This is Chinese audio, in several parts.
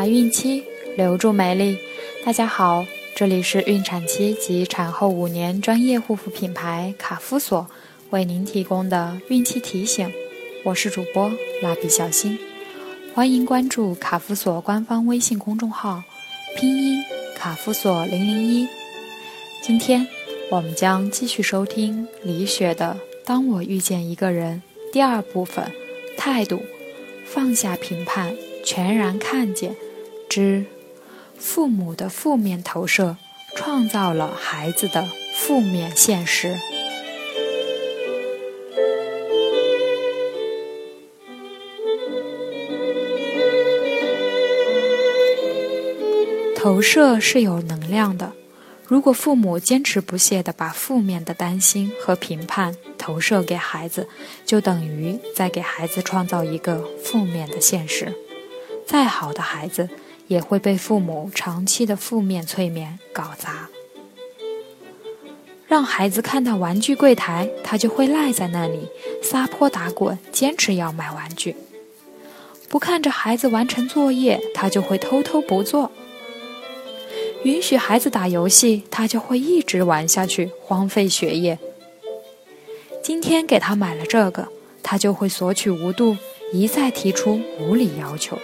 怀孕期，留住美丽。大家好，这里是孕产期及产后5年专业护肤品牌卡夫索为您提供的孕期提醒，我是主播蜡笔小新，欢迎关注卡夫索官方微信公众号，拼音卡夫索001。今天我们将继续收听李雪的《当我遇见一个人》第2部分，态度，放下评判，全然看见之父母的负面投射创造了孩子的负面现实。投射是有能量的，如果父母坚持不懈地把负面的担心和评判投射给孩子，就等于在给孩子创造一个负面的现实。再好的孩子也会被父母长期的负面催眠搞砸。让孩子看到玩具柜台，他就会赖在那里撒泼打滚，坚持要买玩具。不看着孩子完成作业，他就会偷偷不做。允许孩子打游戏，他就会一直玩下去，荒废学业。今天给他买了这个，他就会索取无度，一再提出无理要求。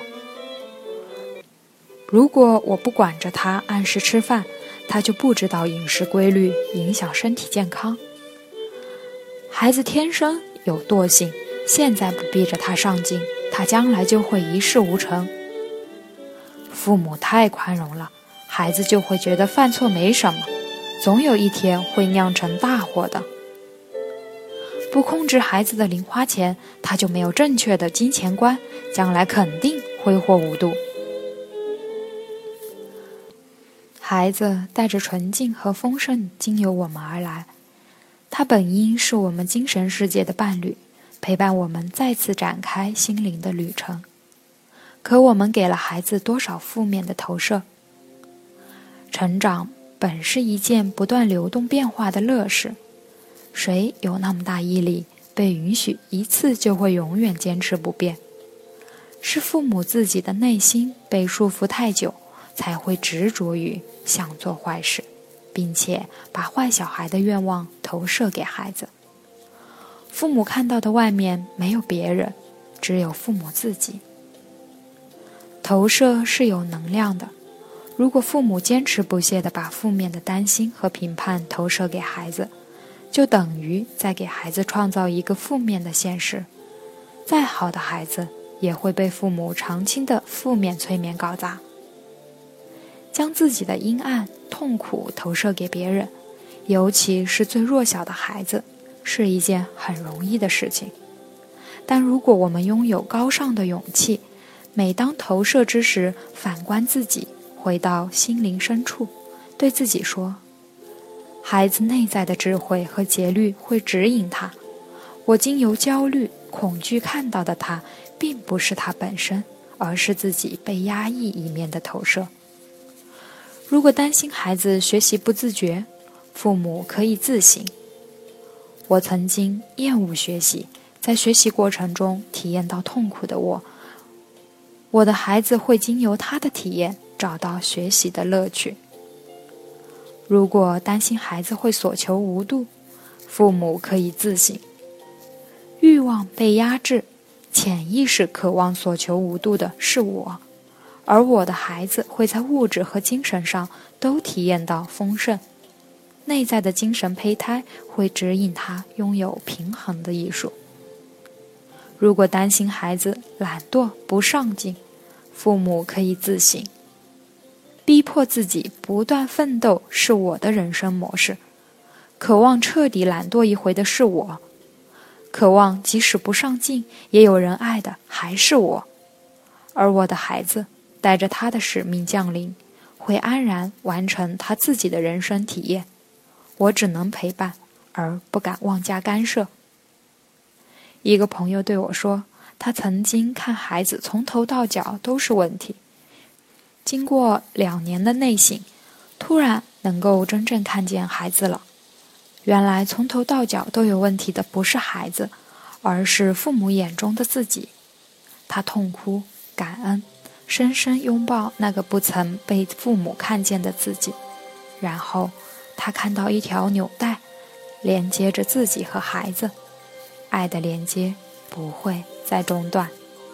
如果我不管着他按时吃饭，他就不知道饮食规律，影响身体健康。孩子天生有惰性，现在不逼着他上进，他将来就会一事无成。父母太宽容了，孩子就会觉得犯错没什么，总有一天会酿成大祸的。不控制孩子的零花钱，他就没有正确的金钱观，将来肯定挥霍无度。孩子带着纯净和丰盛经由我们而来，他本应是我们精神世界的伴侣，陪伴我们再次展开心灵的旅程。可我们给了孩子多少负面的投射？成长本是一件不断流动变化的乐事，谁有那么大毅力，被允许一次就会永远坚持不变？是父母自己的内心被束缚太久，才会执着于想做坏事，并且把坏小孩的愿望投射给孩子。父母看到的外面没有别人，只有父母自己。投射是有能量的，如果父母坚持不懈地把负面的担心和评判投射给孩子，就等于在给孩子创造一个负面的现实。再好的孩子也会被父母长期的负面催眠搞砸。将自己的阴暗、痛苦投射给别人，尤其是最弱小的孩子，是一件很容易的事情。但如果我们拥有高尚的勇气，每当投射之时，反观自己，回到心灵深处，对自己说，孩子内在的智慧和节律会指引他，我经由焦虑、恐惧看到的他，并不是他本身，而是自己被压抑一面的投射。如果担心孩子学习不自觉，父母可以自省。我曾经厌恶学习，在学习过程中体验到痛苦的我的孩子会经由他的体验找到学习的乐趣。如果担心孩子会所求无度，父母可以自省。欲望被压制，潜意识渴望所求无度的是我，而我的孩子会在物质和精神上都体验到丰盛。内在的精神胚胎会指引他拥有平衡的艺术。如果担心孩子懒惰不上进，父母可以自省。逼迫自己不断奋斗是我的人生模式，渴望彻底懒惰一回的是我，渴望即使不上进也有人爱的还是我。而我的孩子带着他的使命降临，会安然完成他自己的人生体验，我只能陪伴，而不敢妄加干涉。一个朋友对我说，他曾经看孩子从头到脚都是问题，经过2年的内省，突然能够真正看见孩子了。原来从头到脚都有问题的不是孩子，而是父母眼中的自己。他痛哭感恩， 深深拥抱那个不曾被父母看见的自己，然后他看到一条纽带连接着自己和孩子，爱的连接不会再中断。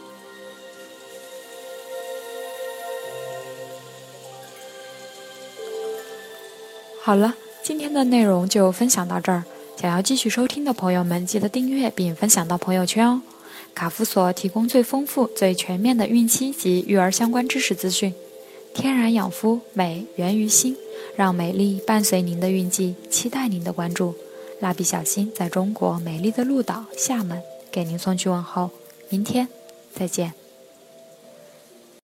好了，今天的内容就分享到这儿。想要继续收听的朋友们，记得订阅并分享到朋友圈哦。卡夫所提供最丰富、最全面的孕期及育儿相关知识资讯。天然养肤，美源于心，让美丽伴随您的孕期，期待您的关注。蜡笔小新在中国美丽的鹭岛厦门给您送去问候，明天再见。